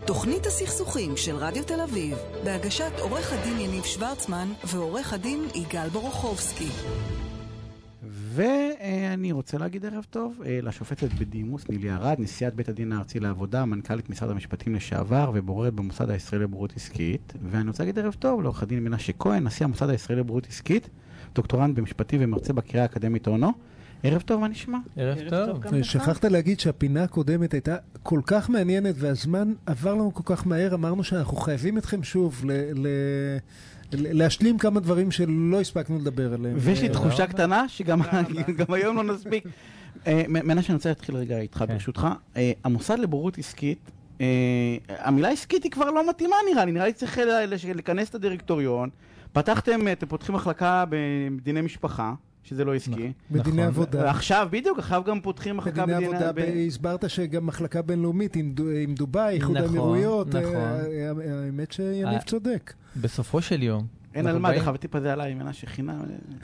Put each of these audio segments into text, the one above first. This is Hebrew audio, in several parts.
תוכנית הסכסוכים של רדיו תל אביב, בהגשת עורך הדין יניב שוורצמן ועורך הדין יגאל בורוכובסקי. ואני רוצה להגיד ערב טוב לשופטת בדימוס נילי ארד, נשיאת בית הדין הארצי לעבודה, מנכ"לית משרד המשפטים לשעבר ובוררת במוסד הישראלי לבוררות עסקית. ואני רוצה להגיד ערב טוב לעורך הדין מנשה כהן, נשיא המוסד הישראלי לבוררות עסקית, דוקטורנט במשפטים ומרצה בקריה האקדמית אונו. ערב טוב, מה נשמע? ערב טוב. שכחת להגיד שהפינה הקודמת הייתה כל כך מעניינת והזמן עבר לנו כל כך מהר, אמרנו שאנחנו חייבים אתכם שוב להשלים כמה דברים שלא הספקנו לדבר עליהם. ויש לי תחושה קטנה שגם היום לא נספיק. מנשה, אני רוצה להתחיל רגע איתך ברשותך. המוסד לבוררות עסקית, המילה עסקית היא כבר לא מתאימה נראה לי צריך לכנס את הדירקטוריון. אתם פותחים מחלקה בדיני משפחה, שזה לא עסקי. בדיני עבודה. עכשיו, בדיוק, עכשיו גם פותחים מחלקה בדיני עבודה. הסברת שגם מחלקה בינלאומית עם דוביי, איחוד האמירויות. האמת שיניב צודק. בסופו של יום. אין על מה, דחבתי פזה עליי, מנה שכינה.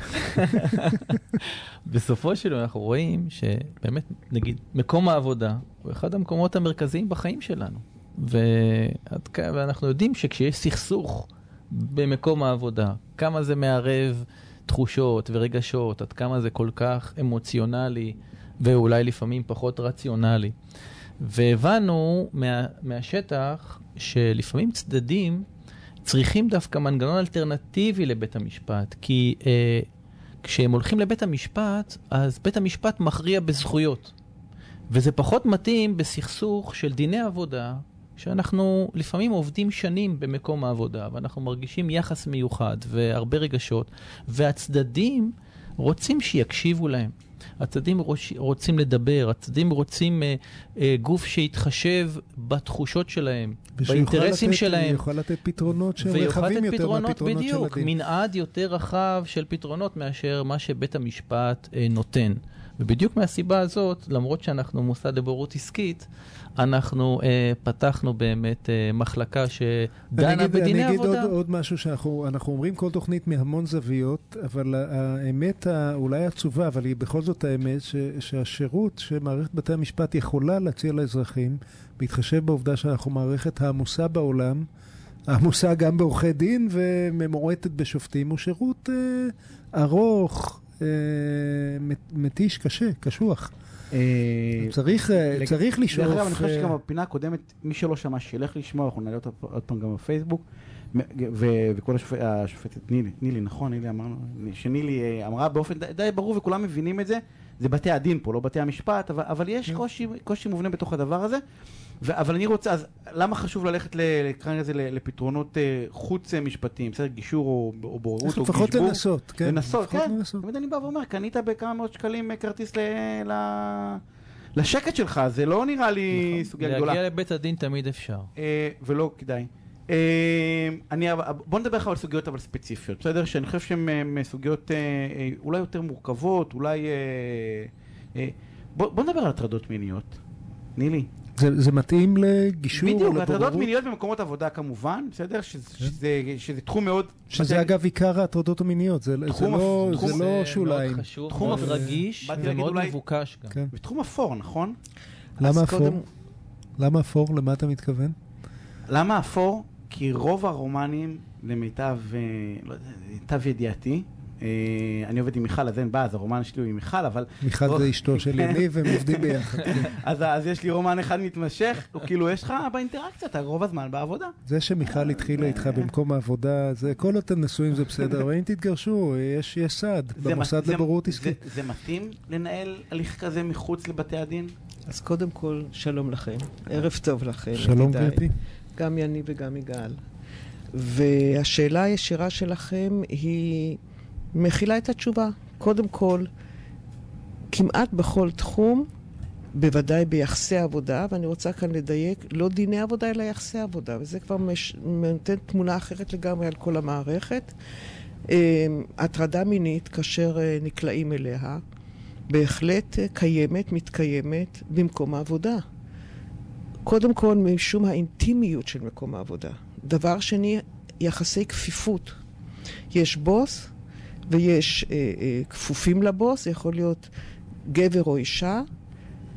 בסופו של יום אנחנו רואים שבאמת, נגיד, מקום העבודה הוא אחד המקומות המרכזיים בחיים שלנו. ואנחנו יודעים שכשיש סכסוך במקום העבודה, כמה זה מערב תחושות ורגשות, עד כמה זה כל כך אמוציונלי, ואולי לפעמים פחות רציונלי. והבנו מהשטח שלפעמים צדדים צריכים דווקא מנגנון אלטרנטיבי לבית המשפט, כי כשהם הולכים לבית המשפט, אז בית המשפט מכריע בזכויות. וזה פחות מתאים בסכסוך של דיני עבודה, שאנחנו לפעמים עובדים שנים במקום העבודה, ואנחנו מרגישים יחס מיוחד והרבה רגשות, והצדדים רוצים שיקשיבו להם. הצדדים רוצים לדבר, הצדדים רוצים גוף שיתחשב בתחושות שלהם, באינטרסים שלהם. ויוכל לתת פתרונות שרחבים יותר מהפתרונות של הדין. בדיוק, מנעד יותר רחב של פתרונות מאשר מה שבית המשפט נותן. ובדיוק מהסיבה הזאת, למרות שאנחנו מוסד לבוררות עסקית, אנחנו פתחנו באמת מחלקה שדנה בדיני עבודה. אני אגיד עוד משהו שאנחנו אומרים כל תוכנית מהמון זוויות, אבל האמת אולי עצובה, אבל היא בכל זאת האמת שהשירות שמערכת בתי המשפט יכולה להציע לאזרחים, בהתחשב בעובדה שאנחנו מערכת העמוסה בעולם, העמוסה גם בעורכי דין וממורטת בשופטים, הוא שירות ארוך, מתיש, קשה, קשוח. צריך לשאוף. דרך אגב, אני חושב שגם בפינה הקודמת, מי שלא שמע שילך לשמוע, אנחנו נעלה אותה עוד פעם גם בפייסבוק, וכל השופטת נילי, נכון, נילי אמרנו, שנילי אמרה באופן די ברור וכולם מבינים את זה, זה בתי הדין פה, לא בתי המשפט, אבל יש קושי מובנה בתוך הדבר הזה, אבל אני רוצה, אז למה חשוב ללכת לפתרונות חוץ משפטיים, בסדר, גישור או בוררות או גישבור? לפחות לנסות, כן. לנסות, כן. תמיד אני בא ואומר, קנית בכמה מאות שקלים כרטיס לשקט שלך, זה לא נראה לי סוגיה גדולה. להגיע לבית הדין תמיד אפשר. ולא כדאי. בוא נדבר לך על סוגיות אבל ספציפיות, בסדר? שאני חושב שהן סוגיות אולי יותר מורכבות, אולי... בוא נדבר על הטרדות מיניות. נילי. זה מתאים לגישור או לבוררות? בדיוק, הטרדות מיניות במקומות עבודה כמובן, בסדר? שזה תחום מאוד... שזה אגב עיקר ההטרדות המיניות, זה לא שוליים. מאוד חשוב, מאוד רגיש ומאוד מבוקש גם. ותחום אפור, נכון? למה אפור? למה אפור? למה אתה מתכוון? למה אפור? כי רוב הרומנים, למיטב ידיעתי, אני עובד עם מיכל, אז אין בא, אז הרומן שלי הוא עם מיכל, אבל... מיכל זה אשתו של יניב, והם עובדים ביחד. אז יש לי רומן אחד מתמשך, או כאילו יש לך באינטראקציות, רוב הזמן בעבודה. זה שמיכל התחילה איתך במקום העבודה, כל אתם נשואים זה בסדר, אבל אם תתגרשו, יש סעד במוסד לבוררות עסקית. זה מתאים לנהל הליך כזה מחוץ לבתי הדין? אז קודם כל, שלום לכם, ערב טוב לכם. שלום גברתי. גם יניב וגם יגאל. והשאלה הישירה שלכם היא מכילה את התשובה. קודם כל, כמעט בכל תחום, בוודאי ביחסי עבודה, ואני רוצה כאן לדייק, לא דיני עבודה אלא יחסי עבודה, וזה כבר נותן תמונה אחרת לגמרי על כל המערכת. הטרדה מינית, כאשר נקלעים אליה, בהחלט קיימת, מתקיימת במקום העבודה. קודם כל, משום האינטימיות של מקום העבודה. דבר שני, יחסי כפיפות. יש בוס ויש כפופים לבוס, זה יכול להיות גבר או אישה,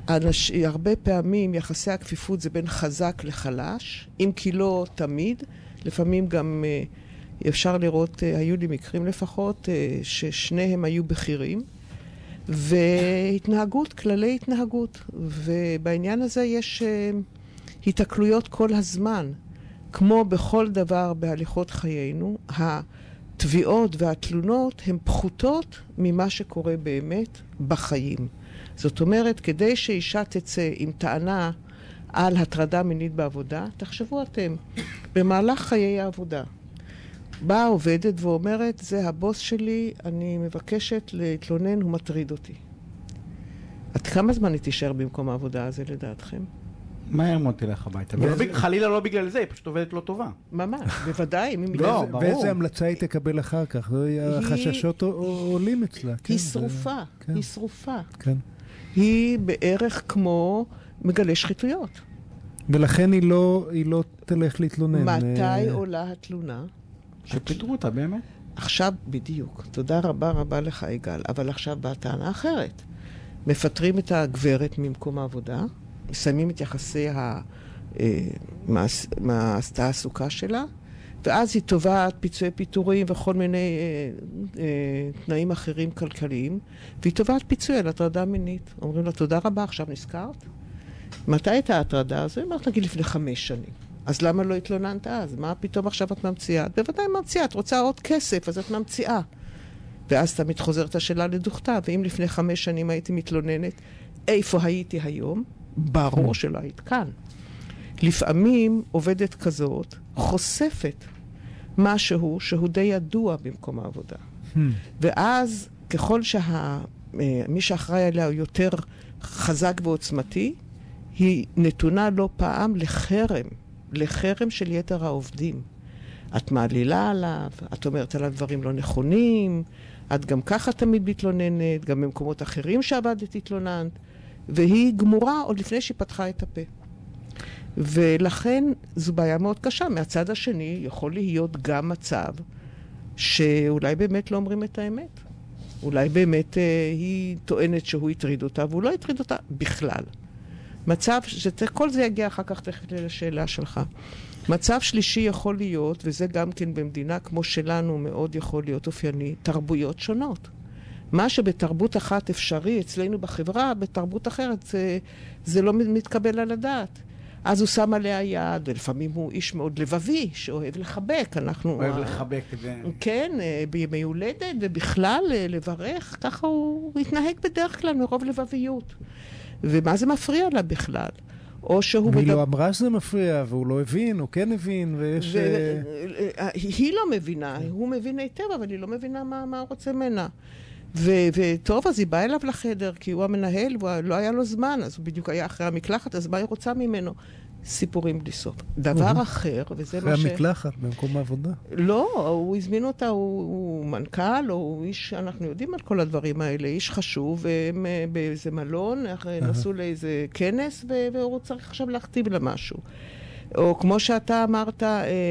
הרבה פעמים יחסי הכפיפות זה בין חזק לחלש, אם כי לא תמיד, לפעמים גם אפשר לראות, היו לי מקרים לפחות, ששניהם היו בכירים, והתנהגות, כללי התנהגות, ובעניין הזה יש התקלויות כל הזמן, כמו בכל דבר בהליכות חיינו, התביעות והתלונות הן פחותות ממה שקורה באמת בחיים. זאת אומרת, כדי שאישה תצא עם טענה על הטרדה מינית בעבודה, תחשבו אתם, במהלך חיי העבודה, באה עובדת ואומרת, זה הבוס שלי, אני מבקשת להתלונן, הוא מטריד אותי. עד כמה זמן היא תישאר במקום העבודה הזה לדעתכם? מהר מאוד תלך הביתה. חלילה לא בגלל זה, היא פשוט עובדת לא טובה. ממש, בוודאי. לא, ברור. ואיזה המלצה היא תקבל אחר כך? החששות עולים אצלה. היא שרופה, היא שרופה. כן. היא בערך כמו מגלה שחיתויות. ולכן היא לא תלך להתלונן. מתי עולה התלונה? שפיטרו אותה באמת. עכשיו בדיוק. תודה רבה לך יגאל. אבל עכשיו באה טענה אחרת. מפטרים את הגברת ממקום העבודה, מסיימים את יחסי התעסוקה שלה, ואז היא תובעת פיצויי פיטורים וכל מיני תנאים אחרים כלכליים, והיא תובעת פיצוי על הטרדה מינית. אומרים לה, תודה רבה, עכשיו נזכרת? מתי הייתה ההטרדה הזו? אמרת, נגיד לפני 5 שנים. אז למה לא התלוננת אז? מה פתאום עכשיו את ממציאה? את בוודאי ממציאה, את רוצה עוד כסף, אז את ממציאה. ואז תמיד חוזרת השאלה לדוכתה, ואם לפני 5 שנים הייתי מתלוננת, איפה הייתי היום? ברור שלא היית כאן. לפעמים עובדת כזאת חושפת משהו שהוא די ידוע במקום העבודה. ואז ככל מי שאחראי עליה הוא יותר חזק ועוצמתי, היא נתונה לא פעם לחרם של יתר העובדים. את מעלילה עליו, את אומרת עליו דברים לא נכונים, את גם ככה תמיד מתלוננת, גם במקומות אחרים שעבדת התלוננת, והיא גמורה עוד לפני שהיא פתחה את הפה. ולכן זו בעיה מאוד קשה. מהצד השני יכול להיות גם מצב שאולי באמת לא אומרים את האמת. אולי באמת היא טוענת שהוא יטריד אותה, והוא לא יטריד אותה בכלל. מצב, כל זה יגיע אחר כך תכף לשאלה שלך. מצב שלישי יכול להיות, וזה גם כן במדינה כמו שלנו מאוד יכול להיות אופייני, תרבויות שונות. מה שבתרבות אחת אפשרי אצלנו בחברה, בתרבות אחרת זה לא מתקבל על הדעת. אז הוא שם עליה יד, ולפעמים הוא איש מאוד לבבי, שאוהב לחבק. אוהב לחבק. כן, בימי הולדת, ובכלל לברך, ככה הוא התנהג בדרך כלל מרוב לבביות. ומה זה מפריע לה בכלל? או שהוא... היא לא אמרה שזה מפריע, והוא לא הבין, הוא כן הבין, ויש... היא לא מבינה, הוא מבין היטב, אבל היא לא מבינה מה הוא רוצה ממנה. וטוב, אז היא באה אליו לחדר, כי הוא המנהל, ולא היה לו זמן, אז הוא בדיוק היה אחרי המקלחת, אז מה היא רוצה ממנו? סיפורים בלי סוף. דבר אחר, וזה מה אחרי המקלחת, במקום העבודה? לא, הוא הזמין אותה, הוא מנכ"ל, או הוא איש, אנחנו יודעים על כל הדברים האלה, איש חשוב, והם באיזה מלון, נסעו לאיזה כנס, והוא צריך עכשיו להכתיב לה משהו. או כמו שאתה אמרת,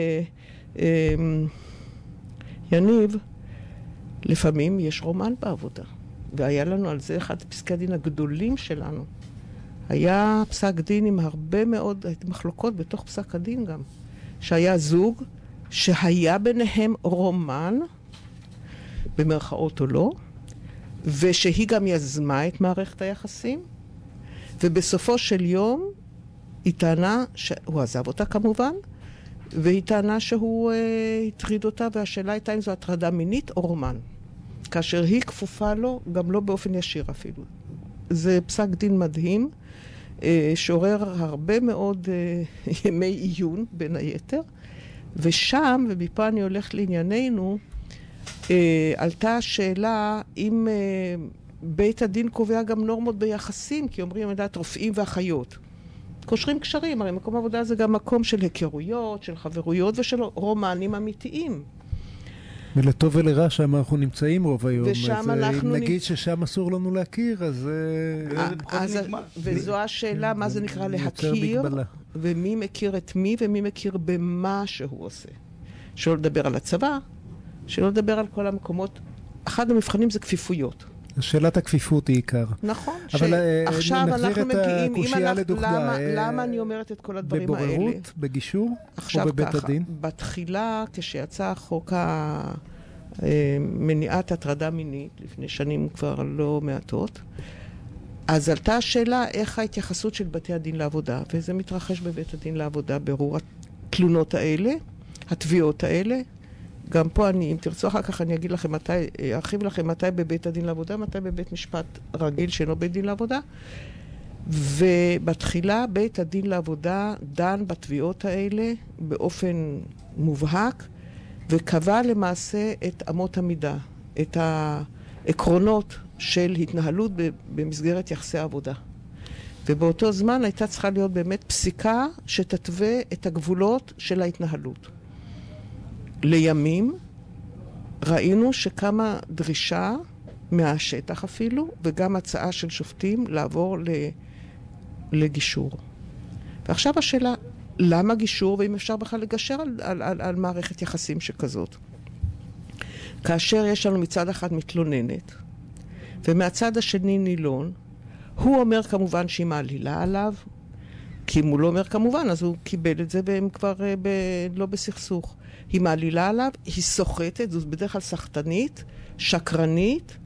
יניב, לפעמים יש רומן בעבודה, והיה לנו על זה אחד פסקי הדין הגדולים שלנו. היה פסק דין עם הרבה מאוד מחלוקות בתוך פסק הדין גם, שהיה זוג שהיה ביניהם רומן, במרכאות או לא, ושהיא גם יזמה את מערכת היחסים, ובסופו של יום היא טענה שהוא עזב אותה כמובן, והיא טענה שהוא הטריד אותה, והשאלה הייתה אם זו הטרדה מינית או רומן. כאשר היא כפופה לו, גם לא באופן ישיר אפילו. זה פסק דין מדהים, שעורר הרבה מאוד ימי עיון בין היתר, ושם, ומפה אני הולך לענייננו, עלתה השאלה אם בית הדין קובע גם נורמות ביחסים, כי אומרים עמדת רופאים ואחיות. קושרים קשרים, הרי מקום עבודה זה גם מקום של היכרויות, של חברויות ושל רומנים אמיתיים. ולטוב ולרע שם אנחנו נמצאים רוב היום. ושם אנחנו... אם נגיד ששם אסור לנו להכיר, אז... וזו השאלה, מה זה נקרא להכיר, ומי מכיר את מי, ומי מכיר במה שהוא עושה. שלא לדבר על הצבא, שלא לדבר על כל המקומות. אחד המבחנים זה כפיפויות. שאלת הכפיפות היא עיקר. נכון. אבל עכשיו נחזיר את הקושייה לדוחדה. למה אני אומרת את כל הדברים האלה? בבוררות, בגישור או בבית הדין? בתחילה, כשיצא חוק מניעת הטרדה מינית, לפני שנים כבר לא מעטות, אז עלתה השאלה איך ההתייחסות של בתי הדין לעבודה, וזה מתרחש בבית הדין לעבודה, ברור התלונות האלה, התביעות האלה. גם פה אם תרצו אחר כך אני אגיד לכם ארחיב לכם מתי בבית הדין לעבודה, מתי בבית משפט רגיל שאינו בית דין לעבודה. ובתחילה בית הדין לעבודה דן בתביעות האלה באופן מובהק, וקבע למעשה את אמות המידה, את העקרונות של התנהלות במסגרת יחסי העבודה. ובאותו זמן הייתה צריכה להיות באמת פסיקה שתתווה את הגבולות של ההתנהלות. לימים ראינו שקמה דרישה מהשטח אפילו, וגם הצעה של שופטים לעבור לגישור. ועכשיו השאלה, למה גישור, ואם אפשר בכלל לגשר על מערכת יחסים שכזאת? כאשר יש לנו מצד אחד מתלוננת, ומהצד השני נילון, הוא אומר כמובן שהיא מעלילה עליו, כי אם הוא לא אומר כמובן, אז הוא קיבל את זה והם כבר לא בסכסוך. היא מעלילה עליו, היא סוחטת, זו בדרך כלל סחטנית, שקרנית,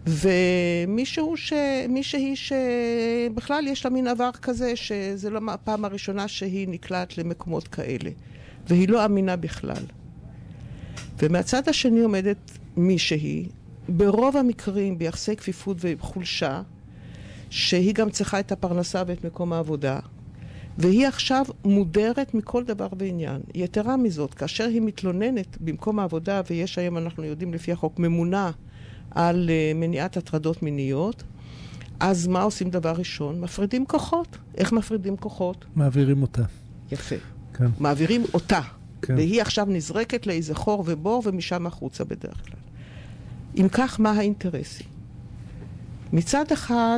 ומישהי שבכלל יש לה מין עבר כזה, שזה לא הפעם הראשונה שהיא נקלעת למקומות כאלה, והיא לא אמינה בכלל. ומהצד השני עומדת מישהי, ברוב המקרים ביחסי כפיפות וחולשה, שהיא גם צריכה את הפרנסה ואת מקום העבודה, והיא עכשיו מודרת מכל דבר בעניין. יתרה מזאת, כאשר היא מתלוננת במקום העבודה, ויש היום, אנחנו יודעים לפי החוק, ממונה על מניעת הטרדות מיניות, אז מה עושים דבר ראשון? מפרידים כוחות. איך מפרידים כוחות? מעבירים אותה. יפה. כן. מעבירים אותה. כן. והיא עכשיו נזרקת לאיזה חור ובור, ומשם החוצה בדרך כלל. אם כך, מה האינטרסים? מצד אחד,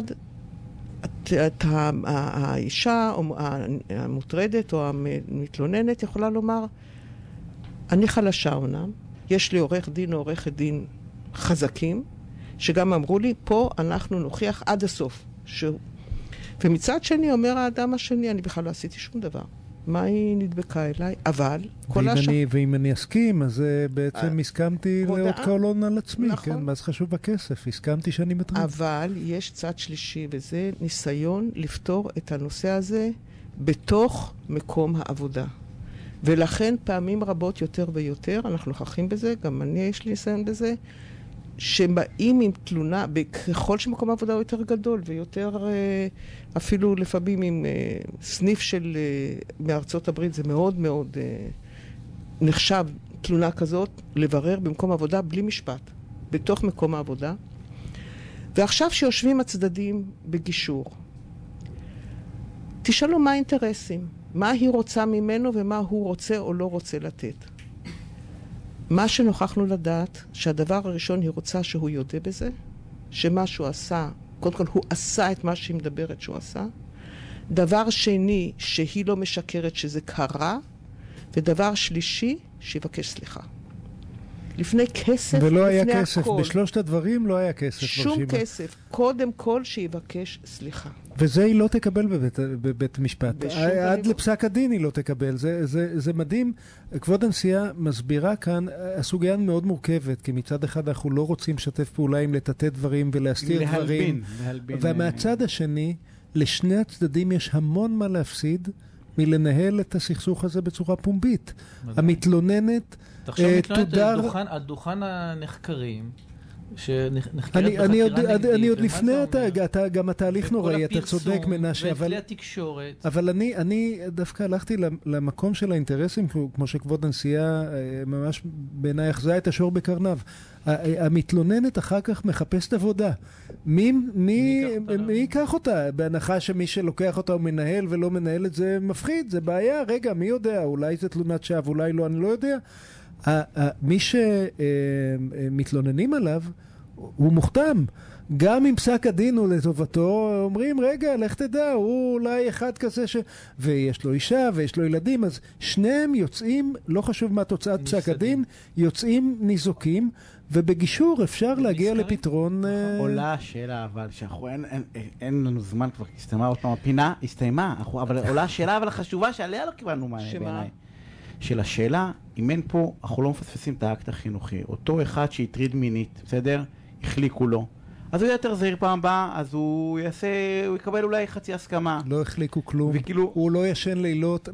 האישה המוטרדת או המתלוננת יכולה לומר, אני חלשה אומנם, יש לי עורך דין או עורכת דין חזקים, שגם אמרו לי, פה אנחנו נוכיח עד הסוף. ומצד שני אומר האדם השני, אני בכלל לא עשיתי שום דבר. מה היא נדבקה אליי? אבל ואם אני אסכים, אז בעצם הסכמתי לעוד קולון על עצמי, נכון. כן? מה זה חשוב בכסף? הסכמתי שאני מטריד. אבל יש צד שלישי, וזה ניסיון לפתור את הנושא הזה בתוך מקום העבודה. ולכן פעמים רבות יותר ויותר, אנחנו נוכחים בזה, גם אני יש לי ניסיון בזה, שבאים עם תלונה, ככל שמקום העבודה הוא יותר גדול, ויותר אפילו לפעמים עם סניף של מארצות הברית, זה מאוד מאוד נחשב תלונה כזאת, לברר במקום העבודה בלי משפט, בתוך מקום העבודה. ועכשיו שיושבים הצדדים בגישור, תשאלו מה האינטרסים, מה היא רוצה ממנו ומה הוא רוצה או לא רוצה לתת. מה שנוכחנו לדעת, שהדבר הראשון היא רוצה שהוא יודע בזה, שמה שהוא עשה, קודם כל הוא עשה את מה שהיא מדברת שהוא עשה. דבר שני, שהיא לא משקרת שזה קרה, ודבר שלישי, שיבקש סליחה. לפני כסף, ולא היה לפני כסף, הכל. בשלושת הדברים לא היה כסף. שום ברשימה. כסף, קודם כל שיבקש סליחה. וזה היא לא תקבל בבית משפט. עד לא. לפסק הדין היא לא תקבל. זה מדהים. כבוד הנשיאה מסבירה כאן, הסוגיה מאוד מורכבת, כי מצד אחד אנחנו לא רוצים לשתף פעולה עם לטאטא דברים ולהסתיר דברים. להלבין. ומהצד השני, לשני הצדדים יש המון מה להפסיד מלנהל את הסכסוך הזה בצורה פומבית. המתלוננת תודר... על דוכן הנחקרים, אני עוד לפני, גם התהליך נוראי, אתה צודק מנשה, וכלי התקשורת. אבל אני דווקא הלכתי למקום של האינטרסים, כמו שכבוד הנשיאה ממש בעיניי אחזה את השור בקרניו. המתלוננת אחר כך מחפשת עבודה. מי ייקח אותה? בהנחה שמי שלוקח אותה הוא מנהל ולא מנהל את זה מפחיד, זה בעיה. רגע, מי יודע? אולי זה תלונת שווא, אולי לא, אני לא יודע. מי שמתלוננים עליו הוא מוכתם, גם אם פסק הדין הוא לטובתו, אומרים, רגע, לך תדע, הוא אולי אחד כזה ויש לו אישה ויש לו ילדים, אז שניהם יוצאים, לא חשוב מה תוצאת פסק הדין, יוצאים ניזוקים, ובגישור אפשר להגיע לפתרון... עולה השאלה, אבל אין לנו זמן כבר, הסתיימה עוד פעם, הפינה הסתיימה, אבל עולה השאלה, אבל החשובה שעליה לא קיבלנו מה בעיניי. של השאלה, אם אין פה, אנחנו לא מפספסים את האקט החינוכי. אותו אחד שהטריד מינית, בסדר? החליקו לו. אז הוא יותר זהיר פעם הבאה, אז הוא יקבל אולי חצי הסכמה. לא החליקו כלום. וכאילו... הוא לא ישן לילות,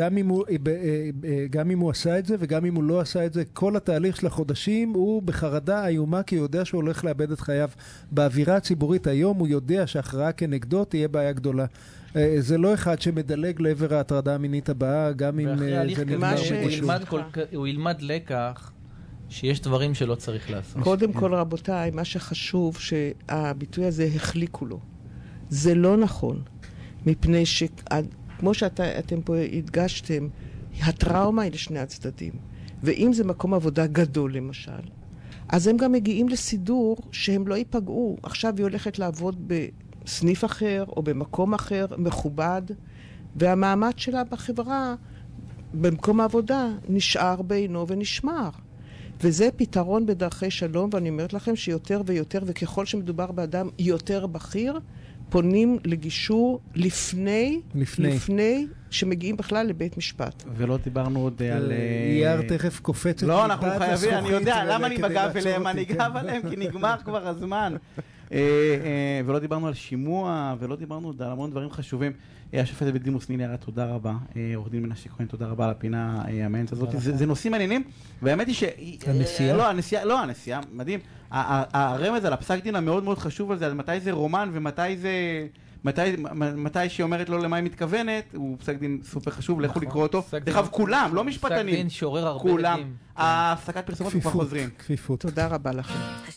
גם אם הוא עשה את זה, וגם אם הוא לא עשה את זה, כל התהליך של החודשים, הוא בחרדה איומה, כי הוא יודע שהוא הולך לאבד את חייו. באווירה הציבורית היום, הוא יודע שההכרעה כנגדו תהיה בעיה גדולה. זה לא אחד שמדלג לעבר ההטרדה המינית הבאה, גם אם זה נגמר בגישור. הוא ילמד לקח שיש דברים שלא צריך לעשות. קודם כל, רבותיי, מה שחשוב שהביטוי הזה החליקו לו. זה לא נכון, מפני שכמו שאתם פה הדגשתם, הטראומה היא לשני הצדדים. ואם זה מקום עבודה גדול למשל, אז הם גם מגיעים לסידור שהם לא ייפגעו. עכשיו היא הולכת לעבוד בסניף אחר או במקום אחר, מכובד, והמעמד שלה בחברה, במקום העבודה, נשאר בינו ונשמר. וזה פתרון בדרכי שלום, ואני אומרת לכם שיותר ויותר, וככל שמדובר באדם יותר בכיר, פונים לגישור לפני שמגיעים בכלל לבית משפט. ולא דיברנו עוד על... אייר תכף קופצת. לא, אנחנו חייבים, אני יודע, למה אני בגב אליהם? אני גב עליהם, כי נגמר כבר הזמן. ולא דיברנו על שימוע, ולא דיברנו על המון דברים חשובים. השופטת בדימוס נילי ארד, תודה רבה. עורך דין מנשה כהן, תודה רבה על הפינה המעניינת הזאת. זה נושאים מעניינים, והאמת היא ש... הנשיאה? לא, הנשיאה, מדהים. הרמז על הפסק דין המאוד מאוד חשוב על זה, על מתי זה רומן ומתי זה... מתי שהיא אומרת לו למה היא מתכוונת, הוא פסק דין סופר חשוב, לכו לקרוא אותו. דרך כולם, לא משפטנים. פסק דין שעורר הרבה ילדים. הפסקת פרסומות וכבר חוזרים. כפיפות. תודה רבה לכם.